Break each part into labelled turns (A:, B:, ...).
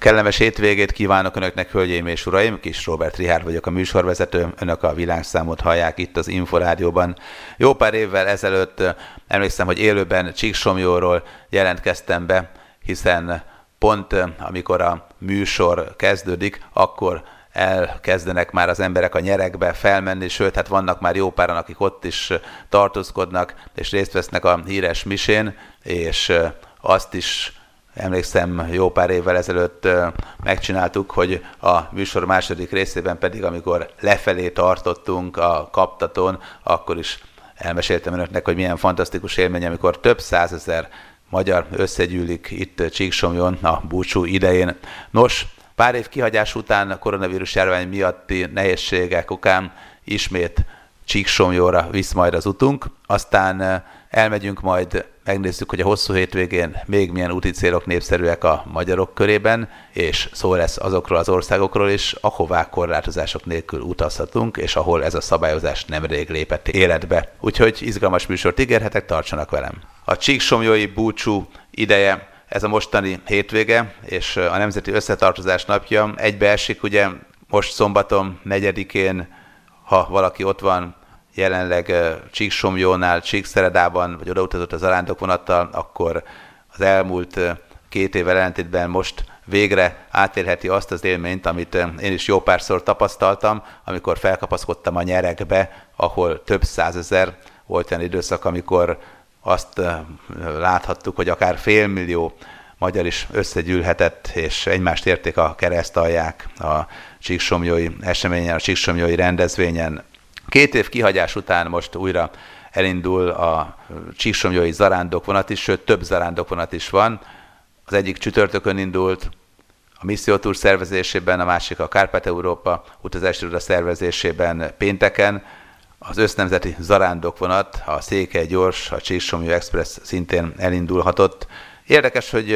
A: Kellemes hétvégét kívánok Önöknek, hölgyeim és uraim! Kis Róbert Richárd vagyok, a műsorvezető. Önök a világszámot hallják itt az Inforádióban. Jó pár évvel ezelőtt emlékszem, hogy élőben Csíksomlyóról jelentkeztem be, hiszen pont amikor a műsor kezdődik, akkor elkezdenek már az emberek a nyerekbe felmenni, sőt, hát vannak már jó páran, akik ott is tartózkodnak, és részt vesznek a híres misén, és azt is emlékszem, jó pár évvel ezelőtt megcsináltuk, hogy a műsor második részében pedig, amikor lefelé tartottunk a kaptatón, akkor is elmeséltem önöknek, hogy milyen fantasztikus élmény, amikor több százezer magyar összegyűlik itt Csíksomlyón a búcsú idején. Nos, pár év kihagyás után a koronavírus járvány miatti nehézségek okán ismét Csíksomlyóra visz majd az utunk, aztán elmegyünk majd, megnézzük, hogy a hosszú hétvégén még milyen úti célok népszerűek a magyarok körében, és szó lesz azokról az országokról is, ahová korlátozások nélkül utazhatunk, és ahol ez a szabályozás nemrég lépett életbe. Úgyhogy izgalmas műsort ígérhetek, tartsanak velem! A csíksomlyói búcsú ideje, ez a mostani hétvége, és a Nemzeti Összetartozás napja egybeesik, ugye most szombaton 4-én, ha valaki ott van jelenleg Csíksomlyónál, Csíkszeredában, vagy odautazott a zarándokvonattal, akkor az elmúlt 2 évvel ellentétben most végre átélheti azt az élményt, amit én is jó párszor tapasztaltam, amikor felkapaszkodtam a nyerekbe, ahol több százezer, volt olyan időszak, amikor azt láthattuk, hogy akár 500 000 magyar is összegyűlhetett, és egymást érték a keresztalják a csíksomlyói eseményen, a csíksomlyói rendezvényen. 2 év kihagyás után most újra elindul a csíksomlyói zarándokvonat is, sőt több zarándokvonat is van. Az egyik csütörtökön indult a missziótúr szervezésében, a másik a Kárpát-Európa utazási iroda szervezésében pénteken. Az össznemzeti zarándokvonat, a Székely-Gyors, a Csíksomlyó Express szintén elindulhatott. Érdekes, hogy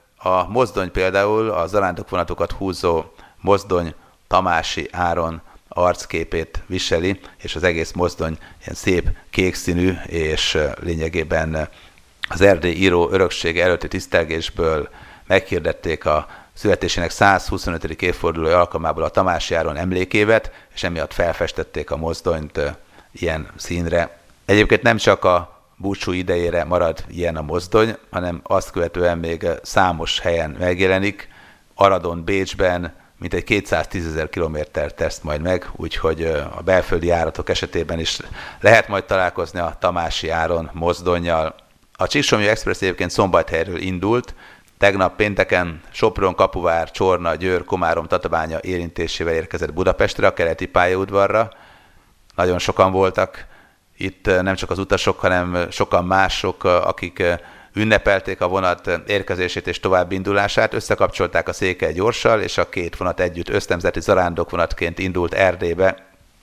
A: a mozdony például, a zarándokvonatokat húzó mozdony Tamási Áron arcképét viseli, és az egész mozdony ilyen szép kék színű, és lényegében az erdélyi író öröksége előtti tisztelgésből meghirdették a születésének 125. évfordulója alkalmából a Tamási Áron emlékévet, és emiatt felfestették a mozdonyt ilyen színre. Egyébként nem csak a búcsú idejére marad ilyen a mozdony, hanem azt követően még számos helyen megjelenik. Aradon, Bécsben mintegy 210 000 kilométert tesz majd meg, úgyhogy a belföldi járatok esetében is lehet majd találkozni a Tamási Áron mozdonnyal. A Csíksomlyó Express egyébként Szombathelyről indult, tegnap pénteken Sopron, Kapuvár, Csorna, Győr, Komárom, Tatabánya érintésével érkezett Budapestre, a keleti pályaudvarra. Nagyon sokan voltak itt, nem csak az utasok, hanem sokan mások, akik ünnepelték a vonat érkezését és továbbindulását, összekapcsolták a Székely-Gyorssal, és a 2 vonat együtt össznemzeti zarándokvonatként indult Erdélybe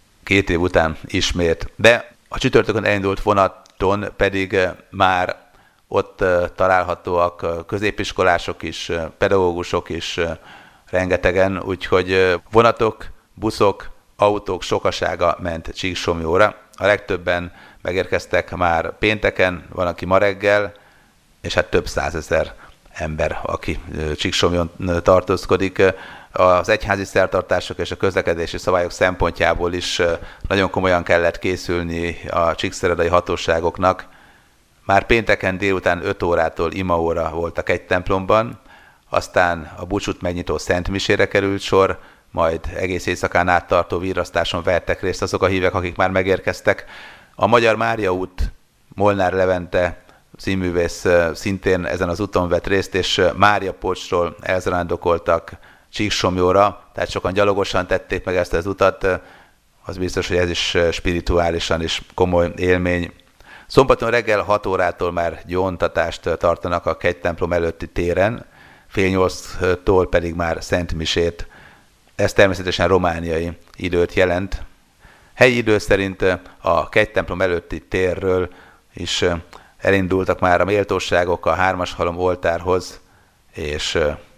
A: 2 év után ismét. De a csütörtökön elindult vonaton pedig már ott találhatóak középiskolások is, pedagógusok is rengetegen, úgyhogy vonatok, buszok, autók sokasága ment Csíksomlyóra. A legtöbben megérkeztek már pénteken, van, aki ma reggel, és hát több százezer ember, aki Csíksomlyón tartózkodik. Az egyházi szertartások és a közlekedési szabályok szempontjából is nagyon komolyan kellett készülni a csíkszeredai hatóságoknak. Már pénteken délután 5 órától imaóra voltak egy templomban, aztán a búcsút megnyitó szentmisére került sor, majd egész éjszakán áttartó virrasztáson vehettek részt azok a hívek, akik már megérkeztek. A Magyar Mária út, Molnár Levente színművész szintén ezen az úton vett részt, és Mária Pocsról elzarándokoltak Csíksomlyóra, tehát sokan gyalogosan tették meg ezt az utat, az biztos, hogy ez is spirituálisan is komoly élmény. Szombaton reggel 6 órától már gyóntatást tartanak a kegytemplom előtti téren, 7:30-tól pedig már szentmisét. Ez természetesen romániai időt jelent. Helyi idő szerint a kegytemplom előtti térről is elindultak már a méltóságok a 3. halom oltárhoz, és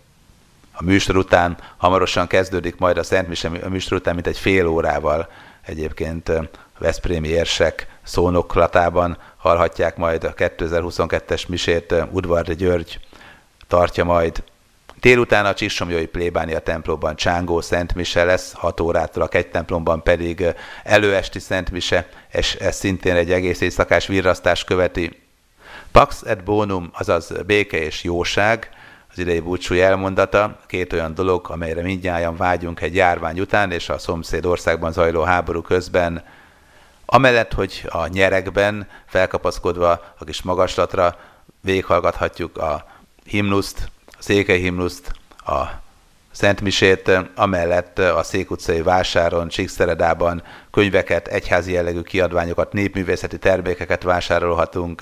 A: a műsor után hamarosan kezdődik majd a szentmise, a műsor után mintegy fél órával egyébként a veszprémi érsek szónoklatában hallhatják majd a 2022-es misét, Udvardi György tartja majd. Délután a Csíksomlyói plébánia templomban csángó szentmise lesz, 6 órától, a Kegytemplomban pedig előesti szentmise, és ez szintén egy egész éjszakás virrasztás követi. Pax et bonum, azaz béke és jóság, az idei búcsúi elmondata, 2 olyan dolog, amelyre mindnyájan vágyunk egy járvány után és a szomszéd országban zajló háború közben. Amellett, hogy a nyeregben felkapaszkodva a kis magaslatra végighallgathatjuk a himnuszt, a székely himnuszt, a szentmisét, amellett a Szék utcai vásáron, Csíkszeredában könyveket, egyházi jellegű kiadványokat, népművészeti termékeket vásárolhatunk,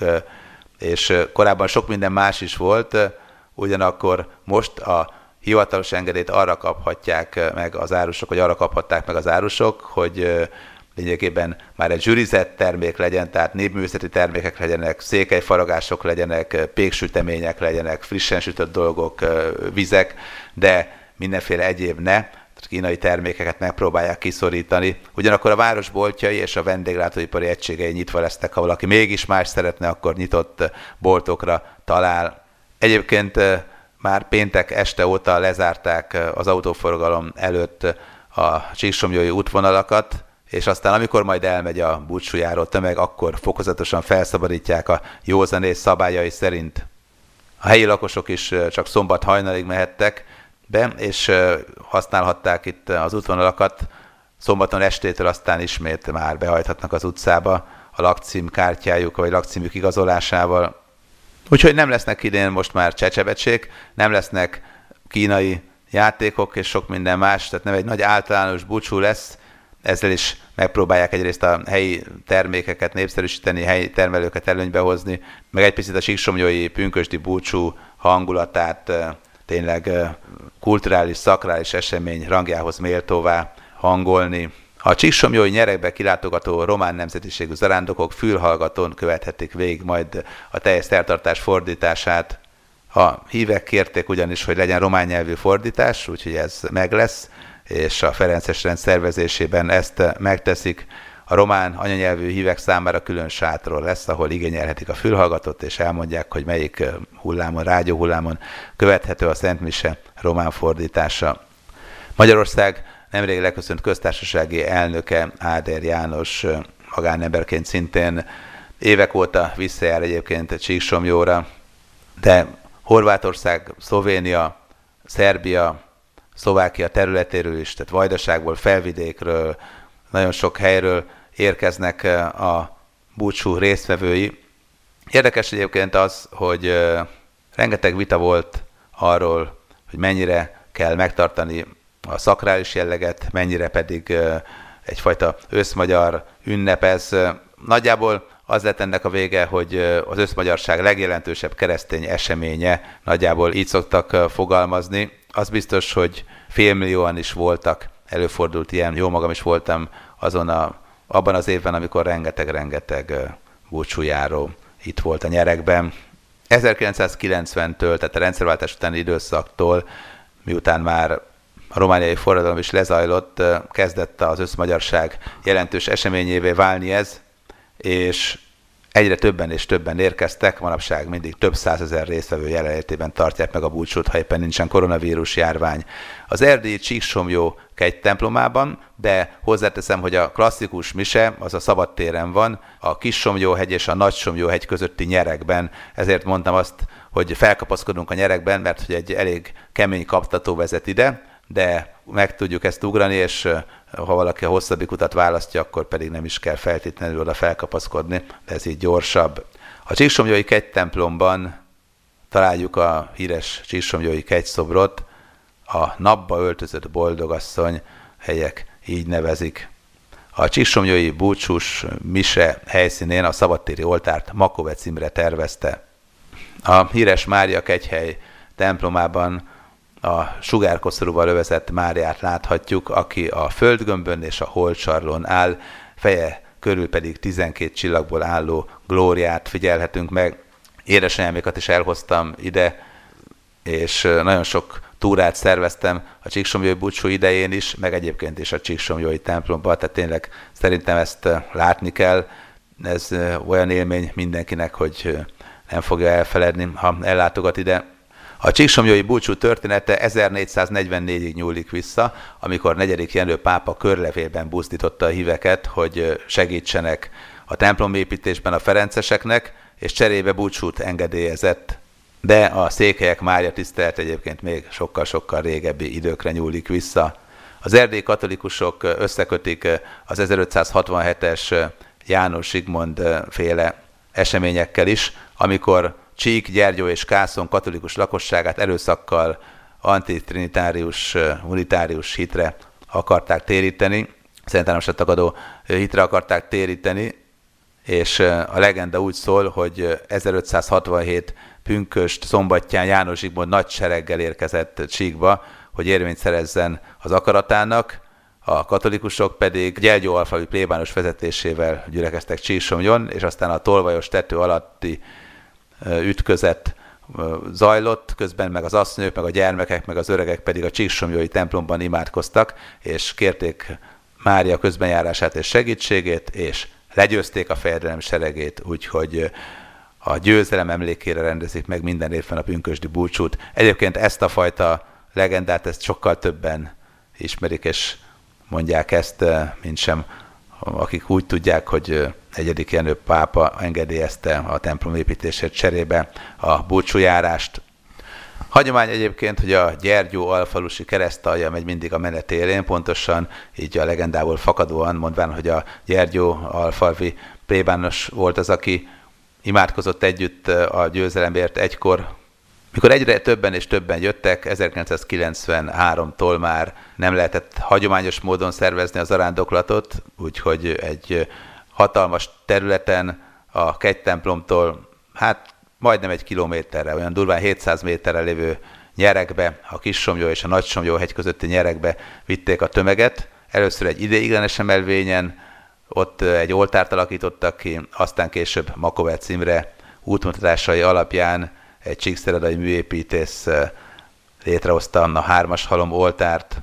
A: és korábban sok minden más is volt, ugyanakkor most a hivatalos engedélyt arra kaphatják meg az árusok, vagy arra kaphatták meg az árusok, hogy lényegében már egy zsűrizett termék legyen, tehát népművészeti termékek legyenek, székelyfaragások legyenek, péksütemények legyenek, frissen sütött dolgok, vizek, de mindenféle egyéb ne, kínai termékeket megpróbálják kiszorítani. Ugyanakkor a város boltjai és a vendéglátóipari egységei nyitva lesznek, ha valaki mégis más szeretne, akkor nyitott boltokra talál. Egyébként már péntek este óta lezárták az autóforgalom előtt a csíksomlyói útvonalakat, és aztán amikor majd elmegy a búcsújáró tömeg, akkor fokozatosan felszabadítják a józanész szabályai szerint. A helyi lakosok is csak szombat hajnalig mehettek be, és használhatták itt az útvonalakat. Szombaton estétől aztán ismét már behajthatnak az utcába a lakcím kártyájuk vagy lakcímük igazolásával. Úgyhogy nem lesznek idén most már csecsebecsék, nem lesznek kínai játékok és sok minden más, tehát nem egy nagy általános búcsú lesz. Ezzel is megpróbálják egyrészt a helyi termékeket népszerűsíteni, helyi termelőket előnybe hozni, meg egy picit a csíksomlyói pünkösdi búcsú hangulatát tényleg kulturális, szakrális esemény rangjához méltóvá hangolni. A csíksomlyói nyeregbe kilátogató román nemzetiségű zarándokok fülhallgatón követhetik végig majd a teljes szertartás fordítását. A hívek kérték ugyanis, hogy legyen román nyelvű fordítás, úgyhogy ez meg lesz, és a ferences rend szervezésében ezt megteszik. A román anyanyelvű hívek számára külön sátor lesz, ahol igényelhetik a fülhallgatót, és elmondják, hogy melyik hullámon, rádióhullámon követhető a szentmise román fordítása. Magyarország nemrég leköszönt köztársasági elnöke, Áder János magánemberként szintén évek óta visszajár egyébként Csíksomlyóra, de Horvátország, Szlovénia, Szerbia, Szlovákia területéről is, tehát Vajdaságból, Felvidékről, nagyon sok helyről érkeznek a búcsú résztvevői. Érdekes egyébként az, hogy rengeteg vita volt arról, hogy mennyire kell megtartani a szakrális jelleget, mennyire pedig egyfajta összmagyar ünnep ez. Nagyjából az lett ennek a vége, hogy az összmagyarság legjelentősebb keresztény eseménye, nagyjából így szoktak fogalmazni. Az biztos, hogy félmillióan is voltak, előfordult ilyen, jó magam is voltam abban az évben, amikor rengeteg búcsújáró itt volt a nyeregben. 1990-től, tehát a rendszerváltás utáni időszaktól, miután már a romániai forradalom is lezajlott, kezdett az összmagyarság jelentős eseményévé válni ez, és egyre többen és többen érkeztek, manapság mindig több százezer résztvevő jelenlétében tartják meg a búcsút, ha éppen nincsen koronavírus járvány. Az erdélyi Csíksomlyó kegytemplomában, de hozzáteszem, hogy a klasszikus mise az a Szabadtéren van, a Kissomlyóhegy és a Nagysomlyóhegy közötti nyeregben, ezért mondtam azt, hogy felkapaszkodunk a nyeregben, mert hogy egy elég kemény kaptató vezet ide, de meg tudjuk ezt ugrani, és ha valaki a hosszabbik utat választja, akkor pedig nem is kell feltétlenül oda felkapaszkodni, de ez így gyorsabb. A Csíksomlyói kegytemplomban találjuk a híres Csíksomlyói kegyszobrot, a napba öltözött boldogasszony, helyek így nevezik. A Csíksomlyói búcsús mise helyszínén a szabadtéri oltárt Makovec Imre tervezte. A híres Mária kegyhely templomában a sugárkoszorúval övezett Máriát láthatjuk, aki a földgömbön és a holtsarlón áll, feje körül pedig 12 csillagból álló glóriát figyelhetünk meg. Édesanyámékat is elhoztam ide, és nagyon sok túrát szerveztem a Csíksomlyói búcsú idején is, meg egyébként is a Csíksomlyói templomban, tehát tényleg szerintem ezt látni kell. Ez olyan élmény mindenkinek, hogy nem fogja elfeledni, ha ellátogat ide. A csíksomlyói búcsú története 1444-ig nyúlik vissza, amikor 4. Jenő pápa körlevélben buzdította a híveket, hogy segítsenek a templomépítésben a ferenceseknek, és cserébe búcsút engedélyezett. De a Székelyek Mária tisztelet egyébként még sokkal-sokkal régebbi időkre nyúlik vissza. Az erdélyi katolikusok összekötik az 1567-es János Zsigmond féle eseményekkel is, amikor Csík, Gyergyó és Kászon katolikus lakosságát erőszakkal antitrinitárius, unitárius hitre akarták téríteni, szentháromságot tagadó hitre akarták téríteni, és a legenda úgy szól, hogy 1567 pünkösd szombatján János Zsigmond nagy sereggel érkezett Csíkba, hogy érvényt szerezzen az akaratának, a katolikusok pedig Gyergyó alfalusi plébános vezetésével gyülekeztek Csíksomlyon, és aztán a tolvajos tető alatti ütközet zajlott, közben meg az asszonyok, meg a gyermekek, meg az öregek pedig a csíksomlyói templomban imádkoztak, és kérték Mária közbenjárását és segítségét, és legyőzték a fejedelem seregét, úgyhogy a győzelem emlékére rendezik meg minden évben a pünkösdi búcsút. Egyébként ezt a fajta legendát, ezt sokkal többen ismerik, és mondják ezt, mint sem akik úgy tudják, hogy 4. Jenő pápa engedélyezte a templom építését cserébe a búcsújárást. Hagyomány egyébként, hogy a Gyergyó alfalusi keresztalja megy mindig a menet élén, pontosan így a legendából fakadóan, mondván, hogy a Gyergyó alfalvi plébános volt az, aki imádkozott együtt a győzelemért egykor. Mikor egyre többen és többen jöttek, 1993-tól már nem lehetett hagyományos módon szervezni az zarándoklatot, úgyhogy egy hatalmas területen a kegytemplomtól, majdnem 1 kilométerre, olyan durván 700 méterre lévő nyeregbe, a Kissomlyó és a Nagysomlyó hegy közötti nyeregbe vitték a tömeget. Először egy ideiglenes emelvényen, ott egy oltárt alakítottak ki, aztán később Makovec Imre útmutatásai alapján egy csíkszeredai műépítész létrehozta a 3-as halom oltárt.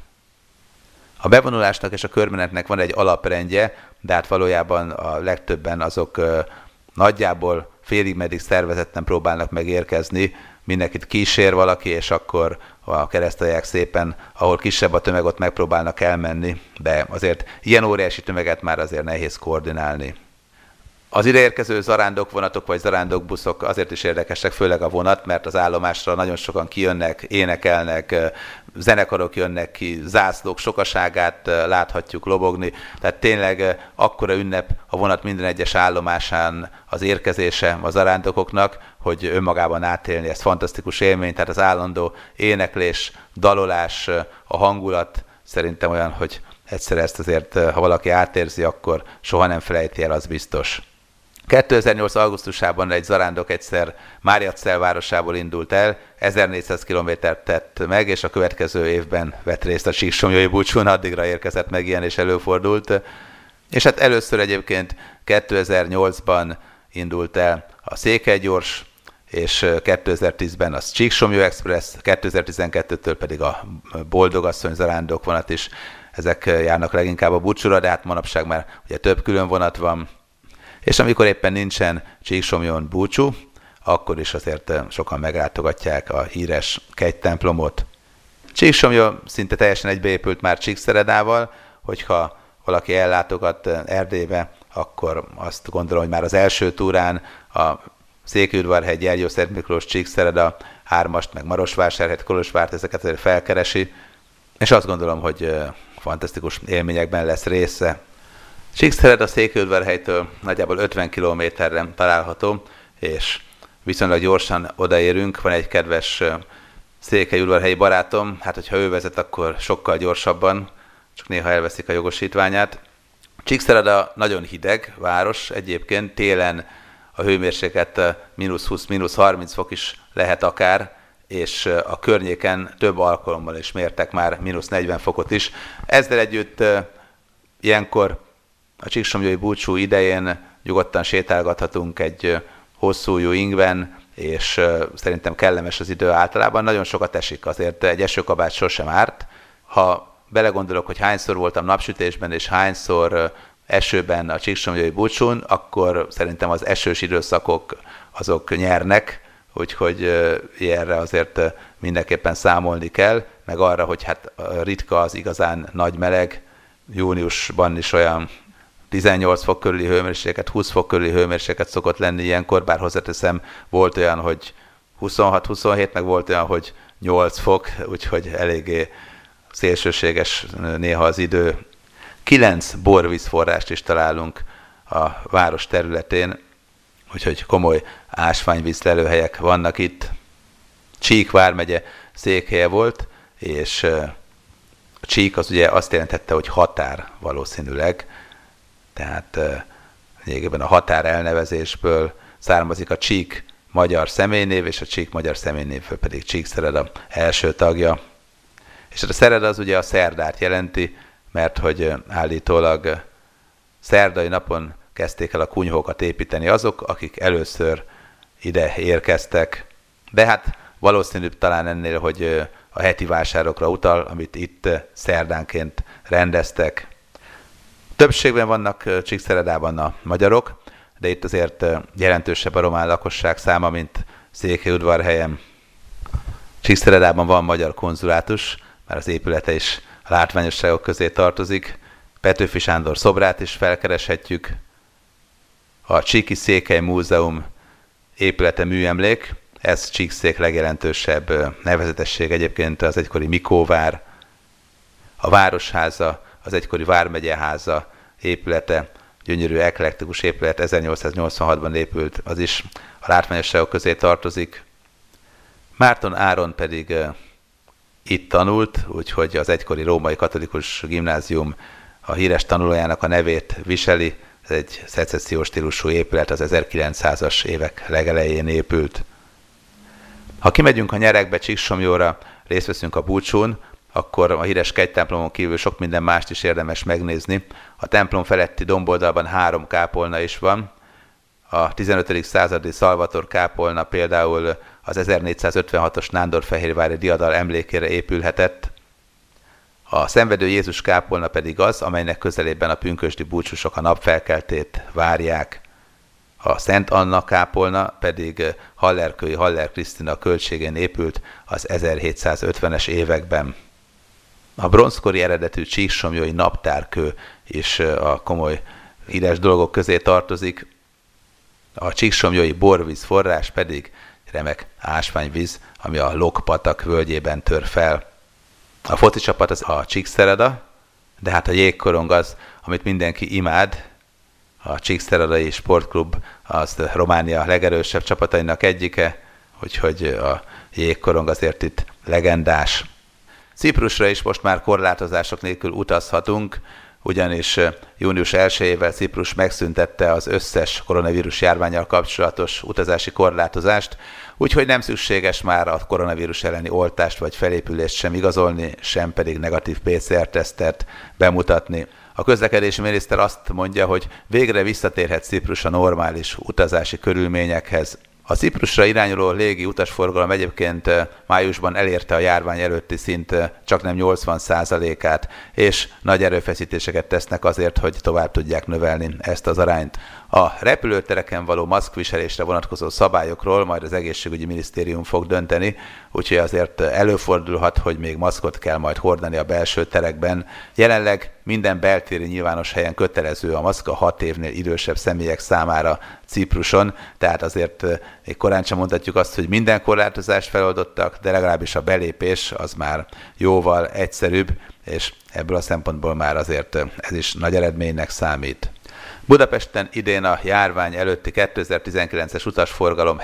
A: A bevonulásnak és a körmenetnek van egy alaprendje, de hát valójában a legtöbben azok nagyjából félig-meddig szervezetten próbálnak megérkezni, mindenkit kísér valaki, és akkor a keresztelják szépen, ahol kisebb a tömeg, ott megpróbálnak elmenni, de azért ilyen óriási tömeget már azért nehéz koordinálni. Az ideérkező zarándokvonatok vagy zarándokbuszok azért is érdekesek, főleg a vonat, mert az állomásra nagyon sokan kijönnek, énekelnek, zenekarok jönnek ki, zászlók sokaságát láthatjuk lobogni, tehát tényleg akkora ünnep a vonat minden egyes állomásán az érkezése a zarándokoknak, hogy önmagában átélni ezt fantasztikus élmény, tehát az állandó éneklés, dalolás, a hangulat szerintem olyan, hogy egyszer ezt azért, ha valaki átérzi, akkor soha nem felejti el, az biztos. 2008. augusztusában egy zarándok egyszer Máriacell városából indult el, 1400 kilométert tett meg, és a következő évben vett részt a csíksomlyói búcsún, addigra érkezett meg, ilyen és előfordult. És hát először egyébként 2008-ban indult el a Székelygyors, és 2010-ben az Csíksomlyó Express, 2012-től pedig a Boldogasszony zarándokvonat is. Ezek járnak leginkább a búcsúra, de hát manapság már ugye több külön vonat van. És amikor éppen nincsen Csíksomlyon búcsú, akkor is azért sokan meglátogatják a híres kegytemplomot. Csíksomlyó szinte teljesen egybeépült már Csíkszeredával, hogyha valaki ellátogat Erdélybe, akkor azt gondolom, hogy már az első túrán a Székelyudvarhegy, Gyergyó, Szent Miklós, Csíkszereda, Ármast, meg Marosvásárhelyt, Kolozsvárt, ezeket azért felkeresi, és azt gondolom, hogy fantasztikus élményekben lesz része. Csíkszereda Székelyudvarhelytől nagyjából 50 kilométerre található, és viszonylag gyorsan odaérünk. Van egy kedves székelyudvarhelyi barátom, hát hogyha ő vezet, akkor sokkal gyorsabban, csak néha elveszik a jogosítványát. Csíkszereda nagyon hideg város, egyébként télen a hőmérséklet -20, -30 fok is lehet akár, és a környéken több alkalommal is mértek már -40 fokot is. Ezzel együtt ilyenkor a csíksomlyói búcsú idején nyugodtan sétálgathatunk egy hosszú jó ingben, és szerintem kellemes az idő általában. Nagyon sokat esik, azért egy esőkabát sosem árt. Ha belegondolok, hogy hányszor voltam napsütésben, és hányszor esőben a csíksomlyói búcsún, akkor szerintem az esős időszakok azok nyernek, úgyhogy ilyenre azért mindenképpen számolni kell, meg arra, hogy hát ritka az igazán nagy meleg, júniusban is olyan 18 fok körüli hőmérséklet, 20 fok körüli hőmérséklet szokott lenni ilyenkor, bár hozzáteszem, volt olyan, hogy 26-27, meg volt olyan, hogy 8 fok, úgyhogy eléggé szélsőséges néha az idő. 9 borvízforrást is találunk a város területén, úgyhogy komoly ásványvíz lelőhelyek vannak itt. Csík vármegye székhelye volt, és Csík az ugye azt jelentette, hogy határ valószínűleg, tehát lényegében a határ elnevezésből származik a Csík magyar személynév, és a Csík magyar személynévből pedig Csíkszereda első tagja. És a szereda az ugye a szerdát jelenti, mert hogy állítólag szerdai napon kezdték el a kunyhókat építeni azok, akik először ide érkeztek. De hát valószínűbb talán ennél, hogy a heti vásárokra utal, amit itt szerdánként rendeztek. Többségben vannak Csíkszeredában a magyarok, de itt azért jelentősebb a román lakosság száma, mint Székelyudvarhelyen. Csíkszeredában van magyar konzulátus, már az épülete is a látványosságok közé tartozik. Petőfi Sándor szobrát is felkereshetjük. A Csíki Székely Múzeum épülete műemlék, ez Csíkszék legjelentősebb nevezetesség egyébként az egykori Mikóvár. A Városháza, az egykori Vármegyeháza épülete, gyönyörű eklektikus épület, 1886-ban épült, az is a látványosságok közé tartozik. Márton Áron pedig itt tanult, úgyhogy az egykori római katolikus gimnázium a híres tanulójának a nevét viseli. Ez egy szecessziós stílusú épület, az 1900-as évek legelején épült. Ha kimegyünk a Nyerekbe, Csíksomlyóra, részt veszünk a búcsún, akkor a híres kegytemplomon kívül sok minden mást is érdemes megnézni. A templom feletti domboldalban 3 kápolna is van. A 15. századi Szalvator kápolna például az 1456-os nándorfehérvári diadal emlékére épülhetett. A Szenvedő Jézus kápolna pedig az, amelynek közelében a pünkösdi búcsúsok a napfelkeltét várják. A Szent Anna kápolna pedig hallerkői Haller Krisztina költségén épült az 1750-es években. A bronzkori eredetű csíksomlyói naptárkő is a komoly híres dolgok közé tartozik. A csíksomlyói borvíz forrás pedig remek ásványvíz, ami a Lokpatak völgyében tör fel. A foci csapat az a Csíkszereda, de hát a jégkorong az, amit mindenki imád. A Csíkszeredai Sportklub az Románia legerősebb csapatainak egyike, úgyhogy a jégkorong azért itt legendás. Ciprusra is most már korlátozások nélkül utazhatunk, ugyanis június 1-ével Ciprus megszüntette az összes koronavírus járvánnyal kapcsolatos utazási korlátozást, úgyhogy nem szükséges már a koronavírus elleni oltást vagy felépülést sem igazolni, sem pedig negatív PCR-tesztet bemutatni. A közlekedési miniszter azt mondja, hogy végre visszatérhet Ciprus a normális utazási körülményekhez. A Ciprusra irányuló légi utasforgalom egyébként májusban elérte a járvány előtti szint csaknem 80%-át, és nagy erőfeszítéseket tesznek azért, hogy tovább tudják növelni ezt az arányt. A repülőtereken való maszkviselésre vonatkozó szabályokról majd az egészségügyi minisztérium fog dönteni, úgyhogy azért előfordulhat, hogy még maszkot kell majd hordani a belső terekben. Jelenleg minden beltéri nyilvános helyen kötelező a maszk a 6 évnél idősebb személyek számára Cipruson, tehát azért még korán sem mondhatjuk azt, hogy minden korlátozást feloldottak, de legalábbis a belépés az már jóval egyszerűbb, és ebből a szempontból már azért ez is nagy eredménynek számít. Budapesten idén a járvány előtti 2019-es utasforgalom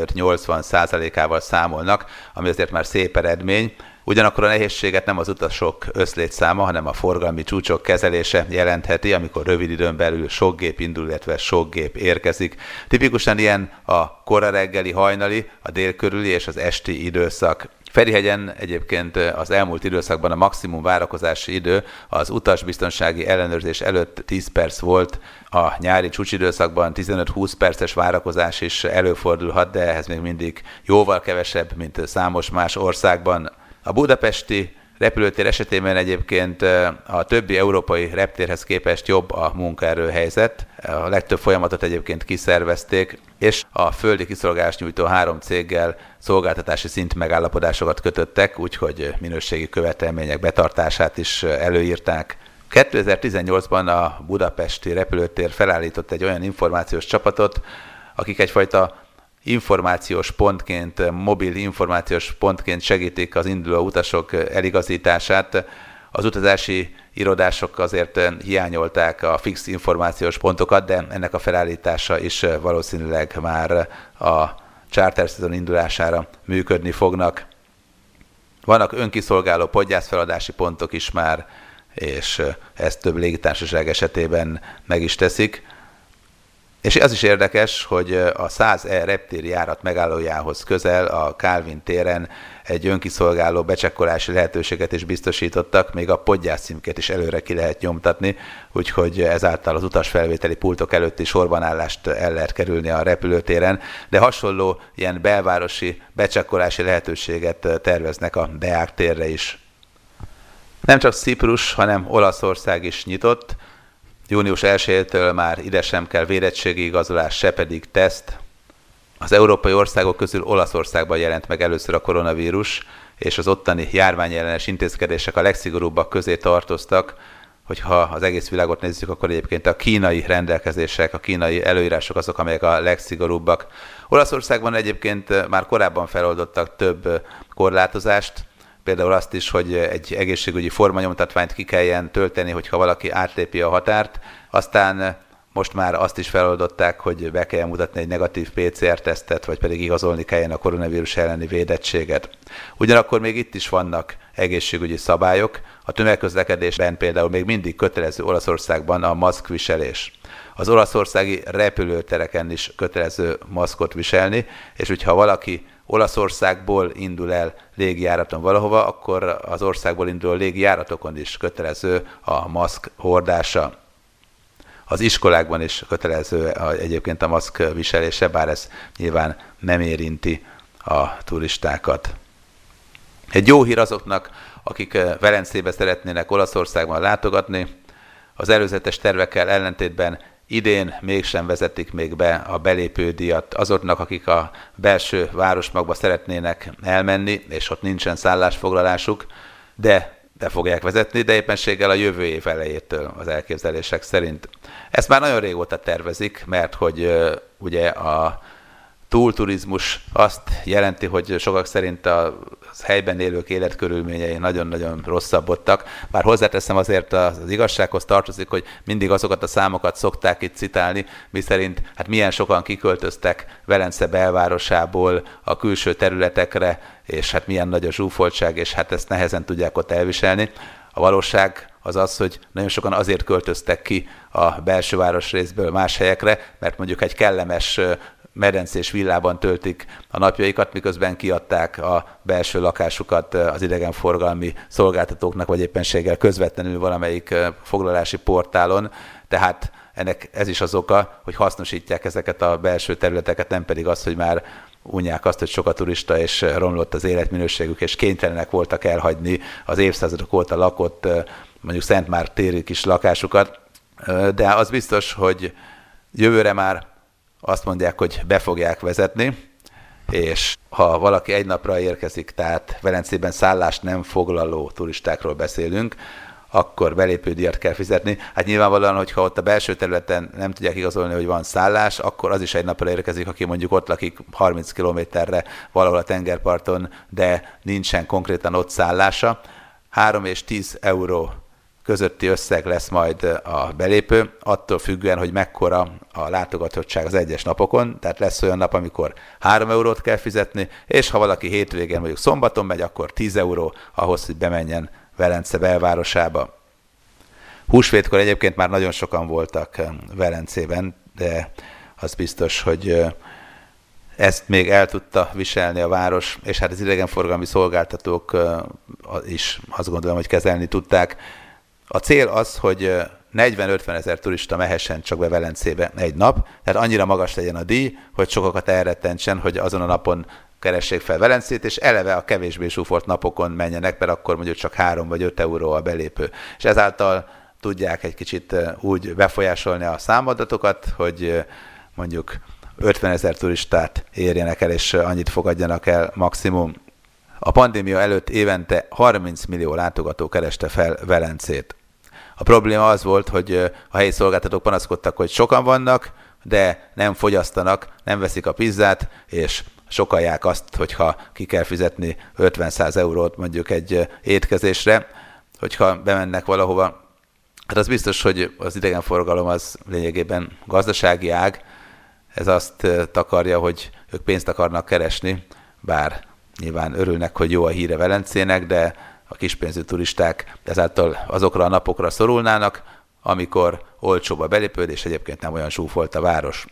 A: 75-80%-ával számolnak, ami azért már szép eredmény. Ugyanakkor a nehézséget nem az utasok összlétszáma, hanem a forgalmi csúcsok kezelése jelentheti, amikor rövid időn belül sok gép indul, illetve sok gép érkezik. Tipikusan ilyen a kora reggeli, hajnali, a délkörüli és az esti időszak. Ferihegyen egyébként az elmúlt időszakban a maximum várakozási idő az utasbiztonsági ellenőrzés előtt 10 perc volt, a nyári csúcsidőszakban 15-20 perces várakozás is előfordulhat, de ehhez még mindig jóval kevesebb, mint számos más országban. A budapesti repülőtér esetében egyébként a többi európai reptérhez képest jobb a munkaerőhelyzet. A legtöbb folyamatot egyébként kiszervezték, és a földi kiszolgálást nyújtó 3 céggel szolgáltatási szint megállapodásokat kötöttek, úgyhogy minőségi követelmények betartását is előírták. 2018-ban a budapesti repülőtér felállított egy olyan információs csapatot, akik egyfajta információs pontként, mobil információs pontként segítik az induló utasok eligazítását. Az utazási irodások azért hiányolták a fix információs pontokat, de ennek a felállítása is valószínűleg már a charter szezon indulására működni fognak. Vannak önkiszolgáló podgyászfeladási pontok is már, és ezt több légitársaság esetében meg is teszik. És az is érdekes, hogy a 100E reptéri járat megállójához közel a Kálvin téren egy önkiszolgáló becsekkolási lehetőséget is biztosítottak, még a podgyász címkét is előre ki lehet nyomtatni, úgyhogy ezáltal az utasfelvételi pultok előtti sorbanállást el lehet kerülni a repülőtéren, de hasonló ilyen belvárosi becsekkolási lehetőséget terveznek a Deák térre is. Nem csak Ciprus, hanem Olaszország is nyitott. Június 1-től már ide sem kell védettségi igazolás, se pedig teszt. Az európai országok közül Olaszországban jelent meg először a koronavírus, és az ottani járványellenes intézkedések a legszigorúbbak közé tartoztak. Hogyha az egész világot nézzük, akkor egyébként a kínai rendelkezések, a kínai előírások azok, amelyek a legszigorúbbak. Olaszországban egyébként már korábban feloldottak több korlátozást, például azt is, hogy egy egészségügyi formanyomtatványt ki kelljen tölteni, hogyha valaki átlépi a határt. Aztán most már azt is feloldották, hogy be kell mutatni egy negatív PCR-tesztet, vagy pedig igazolni kelljen a koronavírus elleni védettséget. Ugyanakkor még itt is vannak egészségügyi szabályok. A tömegközlekedésben például még mindig kötelező Olaszországban a maszkviselés. Az olaszországi repülőtereken is kötelező maszkot viselni, és hogyha valaki Olaszországból indul el légijáraton valahova, akkor az országból induló légijáratokon is kötelező a maszk hordása. Az iskolákban is kötelező egyébként a maszk viselése, bár ez nyilván nem érinti a turistákat. Egy jó hír azoknak, akik Velencébe szeretnének Olaszországban látogatni, az előzetes tervekkel ellentétben idén mégsem vezetik még be a belépődíjat azoknak, akik a belső városmagba szeretnének elmenni, és ott nincsen szállásfoglalásuk, de be fogják vezetni, de éppenséggel a jövő év elejétől az elképzelések szerint. Ezt már nagyon régóta tervezik, mert hogy ugye a túlturizmus azt jelenti, hogy sokak szerint a helyben élők életkörülményei nagyon-nagyon rosszabbodtak. Bár hozzáteszem, azért az igazsághoz tartozik, hogy mindig azokat a számokat szokták itt citálni, miszerint hát milyen sokan kiköltöztek Velence belvárosából a külső területekre, és hát milyen nagy a zsúfoltság, és hát ezt nehezen tudják ott elviselni. A valóság az az, hogy nagyon sokan azért költöztek ki a belső városrészből más helyekre, mert mondjuk egy kellemes medencés villában töltik a napjaikat, miközben kiadták a belső lakásukat az idegenforgalmi szolgáltatóknak, vagy éppenséggel közvetlenül valamelyik foglalási portálon. Tehát ennek ez is az oka, hogy hasznosítják ezeket a belső területeket, nem pedig az, hogy már unják azt, hogy sok a turista, és romlott az életminőségük, és kénytelenek voltak elhagyni az évszázadok óta lakott, mondjuk Szentmárk téri kis lakásukat. De az biztos, hogy jövőre már azt mondják, hogy be fogják vezetni, és ha valaki egy napra érkezik, tehát Velencében szállást nem foglaló turistákról beszélünk, akkor belépődíjat kell fizetni. Hát nyilvánvalóan, hogyha ott a belső területen nem tudják igazolni, hogy van szállás, akkor az is egy napra érkezik, aki mondjuk ott lakik 30 kilométerre valahol a tengerparton, de nincsen konkrétan ott szállása. 3 és 10 euró közötti összeg lesz majd a belépő, attól függően, hogy mekkora a látogatottság az egyes napokon, tehát lesz olyan nap, amikor 3 eurót kell fizetni, és ha valaki hétvégén, mondjuk szombaton megy, akkor 10 euró ahhoz, hogy bemenjen Velence belvárosába. Húsvétkor egyébként már nagyon sokan voltak Velencében, de az biztos, hogy ezt még el tudta viselni a város, és hát az idegenforgalmi szolgáltatók is azt gondolom, hogy kezelni tudták. A cél az, hogy 40-50 ezer turista mehessen csak be Velencébe egy nap, tehát annyira magas legyen a díj, hogy sokakat elrettentsen, hogy azon a napon keressék fel Velencét, és eleve a kevésbé zsúfolt napokon menjenek, mert akkor mondjuk csak 3 vagy 5 euró a belépő. És ezáltal tudják egy kicsit úgy befolyásolni a számadatokat, hogy mondjuk 50 ezer turistát érjenek el, és annyit fogadjanak el maximum. A pandémia előtt évente 30 millió látogató kereste fel Velencét. A probléma az volt, hogy a helyi szolgáltatók panaszkodtak, hogy sokan vannak, de nem fogyasztanak, nem veszik a pizzát, és sokalják azt, hogyha ki kell fizetni 50-100 eurót mondjuk egy étkezésre, hogyha bemennek valahova. Hát az biztos, hogy az idegenforgalom az lényegében gazdasági ág, ez azt takarja, hogy ők pénzt akarnak keresni, bár nyilván örülnek, hogy jó a híre Velencének, de a kispénzű turisták ezáltal azokra a napokra szorulnának, amikor olcsóbb a belépődés, egyébként nem olyan zsúfolt a város.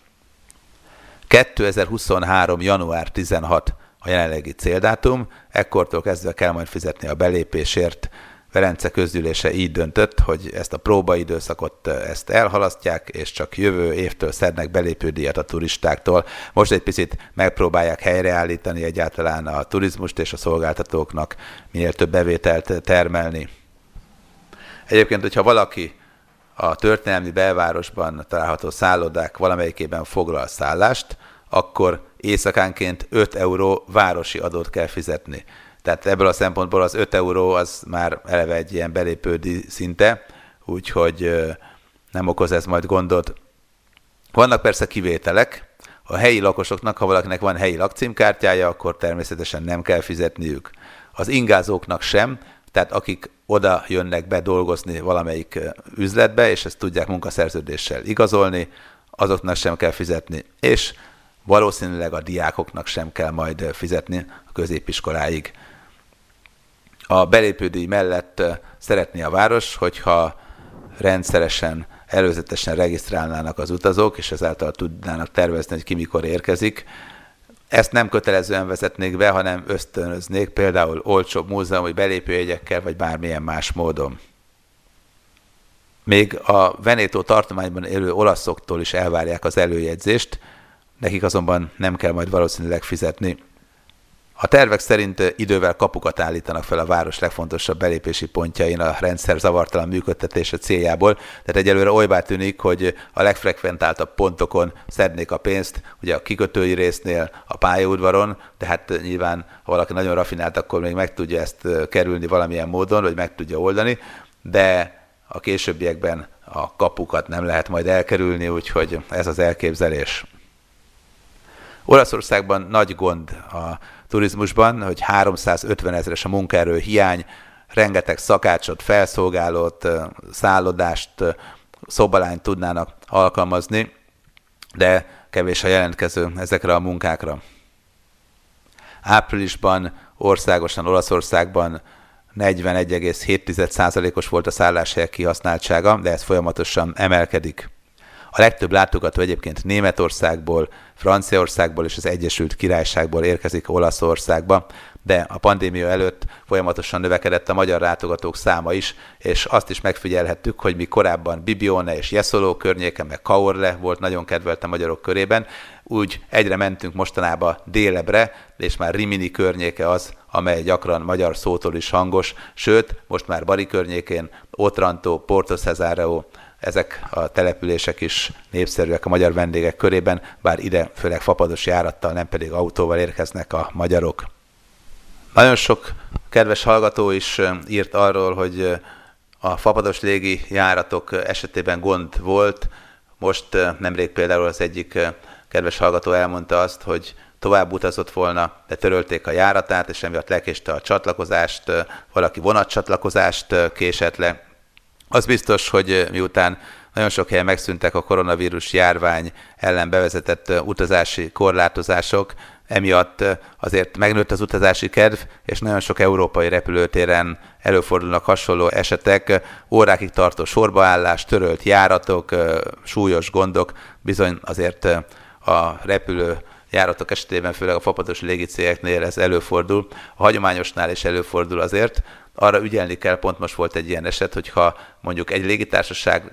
A: 2023. január 16 a jelenlegi céldátum, ekkortól kezdve kell majd fizetni a belépésért. Velence közgyűlése így döntött, hogy ezt a próbaidőszakot ezt elhalasztják, és csak jövő évtől szednek belépődíjat a turistáktól. Most egy picit megpróbálják helyreállítani egyáltalán a turizmust, és a szolgáltatóknak minél több bevételt termelni. Egyébként, hogyha valaki a történelmi belvárosban található szállodák valamelyikében foglal szállást, akkor éjszakánként 5 euró városi adót kell fizetni. Tehát ebből a szempontból az 5 euró az már eleve egy ilyen belépődi szinte, úgyhogy nem okoz ez majd gondot. Vannak persze kivételek. A helyi lakosoknak, ha valakinek van helyi lakcímkártyája, akkor természetesen nem kell fizetniük. Az ingázóknak sem, tehát akik oda jönnek be dolgozni valamelyik üzletbe, és ezt tudják munkaszerződéssel igazolni, azoknak sem kell fizetni. És valószínűleg a diákoknak sem kell majd fizetni a középiskoláig. A belépődíj mellett szeretné a város, hogyha rendszeresen, előzetesen regisztrálnának az utazók, és ezáltal tudnának tervezni, hogy ki mikor érkezik. Ezt nem kötelezően vezetnék be, hanem ösztönöznék, például olcsóbb múzeumi belépőjegyekkel, vagy bármilyen más módon. Még a Veneto tartományban élő olaszoktól is elvárják az előjegyzést, nekik azonban nem kell majd valószínűleg fizetni. A tervek szerint idővel kapukat állítanak fel a város legfontosabb belépési pontjain a rendszer zavartalan működtetése céljából, tehát egyelőre olybá tűnik, hogy a legfrekventáltabb pontokon szednék a pénzt, ugye a kikötői résznél, a pályaudvaron, tehát nyilván, ha valaki nagyon rafinált, akkor még meg tudja ezt kerülni valamilyen módon, vagy meg tudja oldani, de a későbbiekben a kapukat nem lehet majd elkerülni, úgyhogy ez az elképzelés. Olaszországban nagy gond a turizmusban, hogy 350 ezeres a munkaerő hiány, rengeteg szakácsot, felszolgálót, szállodást, szobalányt tudnának alkalmazni, de kevés a jelentkező ezekre a munkákra. Áprilisban országosan Olaszországban 41,7%-os volt a szálláshelyek kihasználtsága, de ez folyamatosan emelkedik. A legtöbb látogató egyébként Németországból, Franciaországból és az Egyesült Királyságból érkezik Olaszországba, de a pandémia előtt folyamatosan növekedett a magyar látogatók száma is, és azt is megfigyelhettük, hogy mi korábban Bibione és Jesolo környéken, meg Caorle volt nagyon kedvelt a magyarok körében, úgy egyre mentünk mostanában délebre, és már Rimini környéke az, amely gyakran magyar szótól is hangos, sőt, most már Bari környékén, Otranto, Porto Cesareo, ezek a települések is népszerűek a magyar vendégek körében, bár ide főleg fapados járattal, nem pedig autóval érkeznek a magyarok. Nagyon sok kedves hallgató is írt arról, hogy a fapados légi járatok esetében gond volt. Most nemrég például az egyik kedves hallgató elmondta azt, hogy tovább utazott volna, de törölték a járatát, és emiatt lekéste a csatlakozást, valaki vonatcsatlakozást késett le. Az biztos, hogy miután nagyon sok helyen megszűntek a koronavírus járvány ellen bevezetett utazási korlátozások, emiatt azért megnőtt az utazási kedv, és nagyon sok európai repülőtéren előfordulnak hasonló esetek, órákig tartó sorbaállás, törölt járatok, súlyos gondok, bizony azért a repülőjáratok esetében, főleg a fapados légicégeknél ez előfordul, a hagyományosnál is előfordul azért. arra ügyelni kell, pont most volt egy ilyen eset, hogyha mondjuk egy légitársaság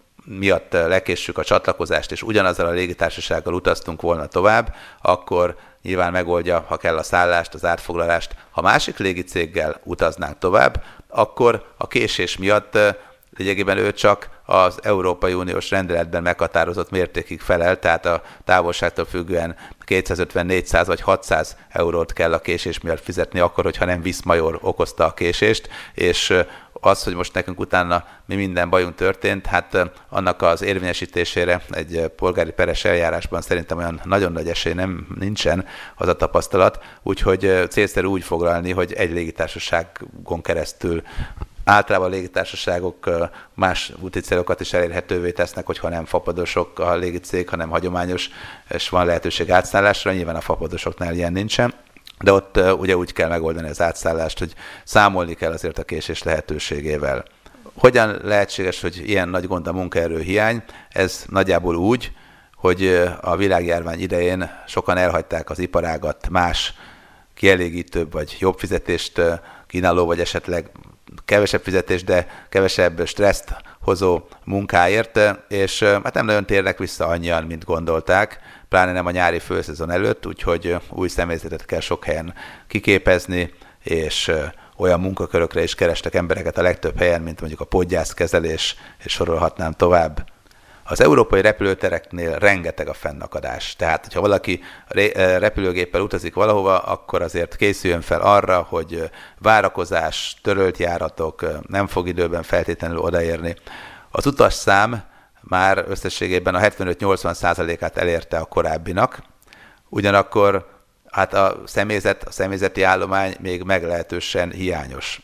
A: miatt lekéssük a csatlakozást, és ugyanazzal a légitársasággal utaztunk volna tovább, akkor nyilván megoldja, ha kell, a szállást, az átfoglalást. Ha másik légicéggel utaznánk tovább, akkor a késés miatt lényegében ő csak az Európai Uniós rendeletben meghatározott mértékig felel, tehát a távolságtól függően 250, 400 vagy 600 eurót kell a késés miatt fizetni, akkor, hogyha nem Viszmajor okozta a késést, és az, hogy most nekünk utána mi minden bajunk történt, hát annak az érvényesítésére egy polgári peres eljárásban szerintem olyan nagyon nagy esély nincsen az a tapasztalat, úgyhogy célszerű úgy foglalni, hogy egy légitársaságon keresztül általában a légitársaságok más úti célokat is elérhetővé tesznek, hogyha nem fapadosok a légicég, hanem hagyományos, és van lehetőség átszállásra, nyilván a fapadosoknál ilyen nincsen. De ott ugye úgy kell megoldani az átszállást, hogy számolni kell azért a késés lehetőségével. Hogyan lehetséges, hogy ilyen nagy gond a munkaerő hiány? Ez nagyjából úgy, hogy a világjárvány idején sokan elhagyták az iparágat más kielégítőbb vagy jobb fizetést kínáló, vagy esetleg kevesebb fizetést, de kevesebb stresszt hozó munkáért, és hát nem nagyon térnek vissza annyian, mint gondolták, pláne nem a nyári főszezon előtt, úgyhogy új személyzetet kell sok helyen kiképezni, és olyan munkakörökre is kerestek embereket a legtöbb helyen, mint mondjuk a podgyászkezelés, és sorolhatnám tovább. Az európai repülőtereknél rengeteg a fennakadás. Tehát, hogyha valaki repülőgéppel utazik valahova, akkor azért készüljön fel arra, hogy várakozás, törölt járatok, nem fog időben feltétlenül odaérni. Az utasszám már összességében a 75-80%-át elérte a korábbinak, ugyanakkor hát a személyzeti állomány még meglehetősen hiányos.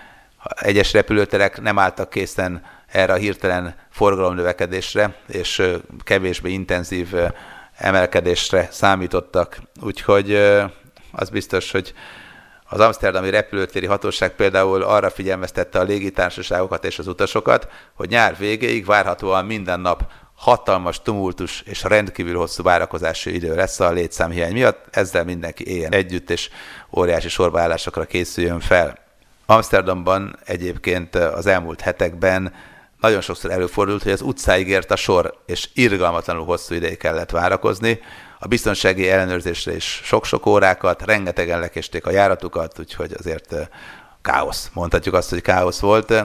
A: Egyes repülőterek nem álltak készen erre a hirtelen forgalomnövekedésre, és kevésbé intenzív emelkedésre számítottak. Úgyhogy az biztos, hogy az amszterdami repülőtéri hatóság például arra figyelmeztette a légitársaságokat és az utasokat, hogy nyár végéig várhatóan minden nap hatalmas tumultus és rendkívül hosszú várakozási idő lesz a létszámhiány miatt, ezzel mindenki éljen együtt, és óriási sorbaállásokra készüljön fel. Amszterdamban egyébként az elmúlt hetekben nagyon sokszor előfordult, hogy az utcáig ért a sor, és irgalmatlanul hosszú ideig kellett várakozni. A biztonsági ellenőrzésre is sok-sok órákat, rengetegen lekésték a járatukat, úgyhogy azért káosz, mondhatjuk azt, hogy káosz volt,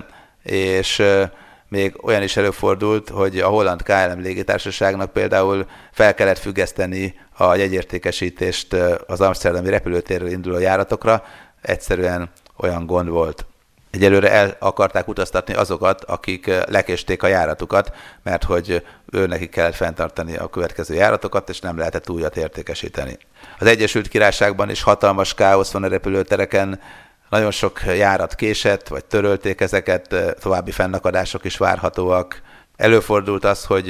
A: és még olyan is előfordult, hogy a holland KLM légitársaságnak például fel kellett függeszteni a jegyértékesítést az amszterdami repülőtérről induló járatokra, egyszerűen olyan gond volt. Egyelőre el akarták utaztatni azokat, akik lekésték a járatukat, mert hogy nekik kellett fenntartani a következő járatokat, és nem lehetett újat értékesíteni. Az Egyesült Királyságban is hatalmas káosz van a repülőtereken, nagyon sok járat késett, vagy törölték ezeket, további fennakadások is várhatóak. Előfordult az, hogy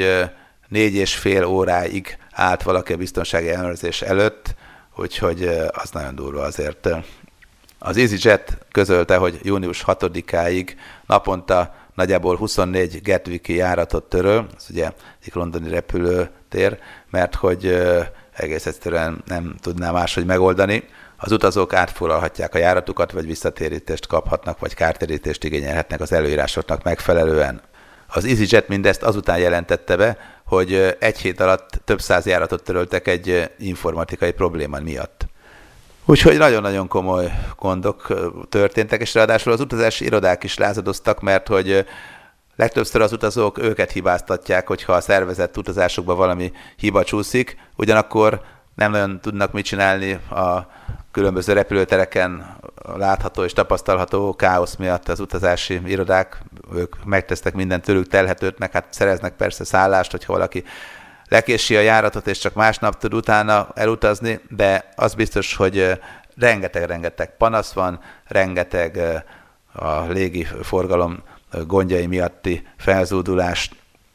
A: 4,5 óráig állt valaki a biztonsági ellenőrzés előtt, úgyhogy az nagyon durva azért. Az EasyJet közölte, hogy június 6-áig naponta nagyjából 24 Gatwicki járatot töröl, ez ugye egy londoni repülőtér, mert hogy egész egyszerűen nem tudná máshogy megoldani. Az utazók átfoglalhatják a járatukat, vagy visszatérítést kaphatnak, vagy kártérítést igényelhetnek az előírásoknak megfelelően. Az EasyJet mindezt azután jelentette be, hogy egy hét alatt több száz járatot töröltek egy informatikai probléma miatt. Úgyhogy nagyon-nagyon komoly gondok történtek, és ráadásul az utazási irodák is lázadoztak, mert hogy legtöbbször az utazók őket hibáztatják, hogyha a szervezett utazásukban valami hiba csúszik, ugyanakkor nem nagyon tudnak mit csinálni a különböző repülőtereken látható és tapasztalható káosz miatt az utazási irodák. Ők megtesznek minden tőlük telhetőt, meg hát szereznek persze szállást, hogyha valaki lekési a járatot, és csak másnap tud utána elutazni, de az biztos, hogy rengeteg panasz van, rengeteg a légi forgalom gondjai miatti felzúdulás.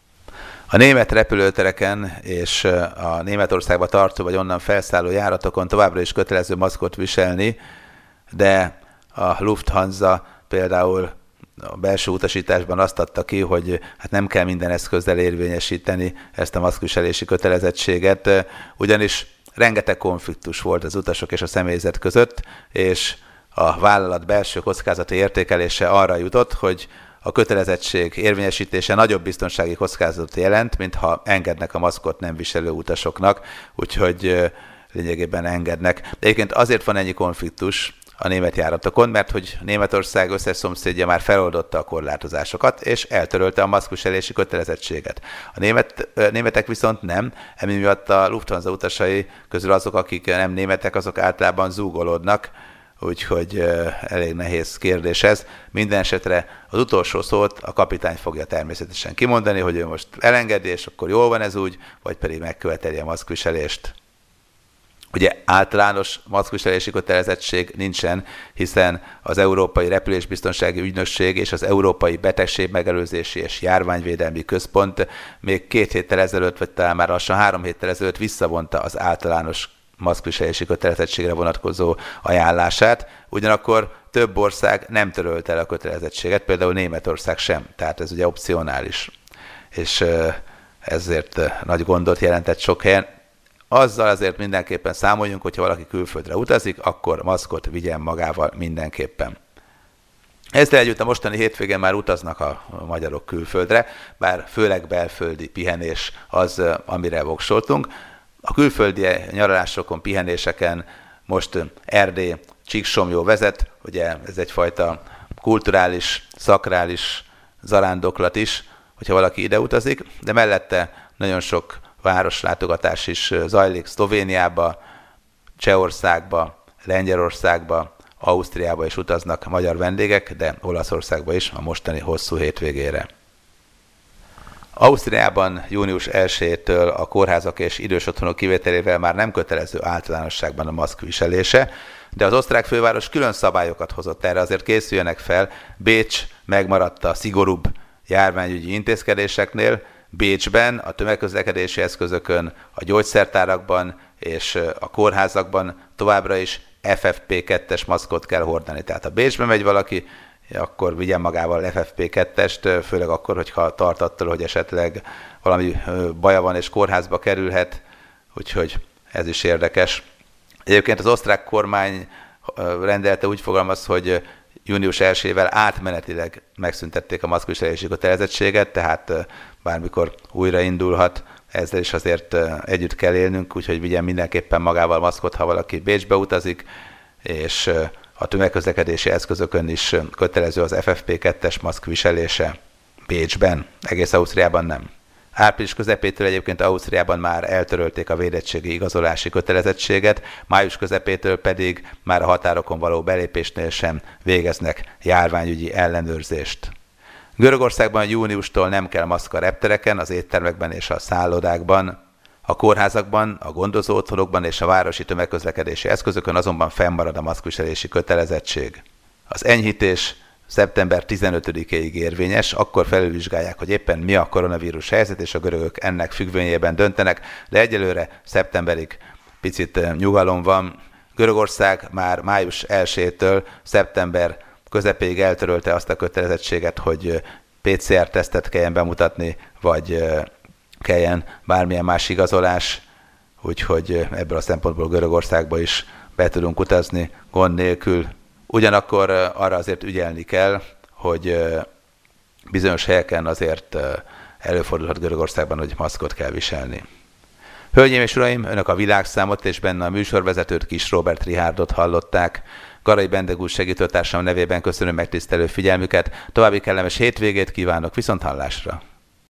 A: A német repülőtereken és a Németországba tartó vagy onnan felszálló járatokon továbbra is kötelező maszkot viselni, de a Lufthansa például a belső utasításban azt adta ki, hogy hát nem kell minden eszközzel érvényesíteni ezt a maszkviselési kötelezettséget, ugyanis rengeteg konfliktus volt az utasok és a személyzet között, és a vállalat belső kockázati értékelése arra jutott, hogy a kötelezettség érvényesítése nagyobb biztonsági kockázatot jelent, mint ha engednek a maszkot nem viselő utasoknak, úgyhogy lényegében engednek. De egyébként azért van ennyi konfliktus a német járatokon, mert hogy Németország összes szomszédja már feloldotta a korlátozásokat, és eltörölte a maszkviselési kötelezettséget. A németek viszont nem, emi miatt a Lufthansa utasai közül azok, akik nem németek, azok általában zúgolódnak, úgyhogy elég nehéz kérdés ez. Minden esetre az utolsó szót a kapitány fogja természetesen kimondani, hogy ő most elengedi, és akkor jól van ez úgy, vagy pedig megköveteli a maszkviselést. Ugye általános maszkviselési kötelezettség nincsen, hiszen az Európai Repülésbiztonsági Ügynökség és az Európai Betegségmegelőzési és Járványvédelmi Központ még 2 héttel ezelőtt, vagy talán már lassan 3 héttel ezelőtt visszavonta az általános maszkviselési kötelezettségre vonatkozó ajánlását, ugyanakkor több ország nem törölte el a kötelezettséget, például Németország sem, tehát ez ugye opcionális, és ezért nagy gondot jelentett sok helyen. Azzal azért mindenképpen számoljunk, hogyha valaki külföldre utazik, akkor maszkot vigyen magával mindenképpen. Ezzel együtt a mostani hétvégén már utaznak a magyarok külföldre, bár főleg belföldi pihenés az, amire voksoltunk. A külföldi nyaralásokon, pihenéseken most Erdély, Csíksomlyó vezet, ugye ez egyfajta kulturális, szakrális zarándoklat is, hogyha valaki ide utazik, de mellette nagyon sok városlátogatás is zajlik Szlovéniába, Csehországba, Lengyelországba, Ausztriába is utaznak magyar vendégek, de Olaszországba is a mostani hosszú hétvégére. Ausztriában június 1-től a kórházak és idős otthonok kivételével már nem kötelező általánosságban a maszk viselése, de az osztrák főváros külön szabályokat hozott erre, azért készüljenek fel. Bécs megmaradt a szigorúbb járványügyi intézkedéseknél, Bécsben a tömegközlekedési eszközökön, a gyógyszertárakban és a kórházakban továbbra is FFP2-es maszkot kell hordani. Tehát ha Bécsbe megy valaki, akkor vigyen magával FFP2-est, főleg akkor, hogyha tart attól, hogy esetleg valami baja van és kórházba kerülhet, úgyhogy ez is érdekes. Egyébként az osztrák kormány rendelte úgy fogalmaz, hogy június 1-ével átmenetileg megszüntették a maszkviselési kötelezettséget, tehát bármikor újraindulhat, ezzel is azért együtt kell élnünk, úgyhogy vigyen mindenképpen magával maszkot, ha valaki Bécsbe utazik, és a tömegközlekedési eszközökön is kötelező az FFP2-es maszk viselése Bécsben, egész Ausztriában nem. Április közepétől egyébként Ausztriában már eltörölték a védettségi igazolási kötelezettséget, május közepétől pedig már a határokon való belépésnél sem végeznek járványügyi ellenőrzést. Görögországban júniustól nem kell maszk a reptereken, az éttermekben és a szállodákban. A kórházakban, a gondozó otthonokban és a városi tömegközlekedési eszközökön azonban fennmarad a maszkviselési kötelezettség. Az enyhítés szeptember 15-éig érvényes, akkor felülvizsgálják, hogy éppen mi a koronavírus helyzet, és a görögök ennek függvényében döntenek, de egyelőre szeptemberig picit nyugalom van. Görögország már május 1-től szeptember közepéig eltörölte azt a kötelezettséget, hogy PCR-tesztet kelljen bemutatni, vagy kelljen bármilyen más igazolás, úgyhogy ebből a szempontból Görögországba is be tudunk utazni gond nélkül. Ugyanakkor arra azért ügyelni kell, hogy bizonyos helyeken azért előfordulhat Görögországban, hogy maszkot kell viselni. Hölgyeim és uraim, önök a Világszámot és benne a műsorvezetőt, Kis Róbert Richárdot hallották. Garai Bendegúz segítőtársam nevében köszönöm megtisztelő figyelmüket, további kellemes hétvégét kívánok, viszonthallásra!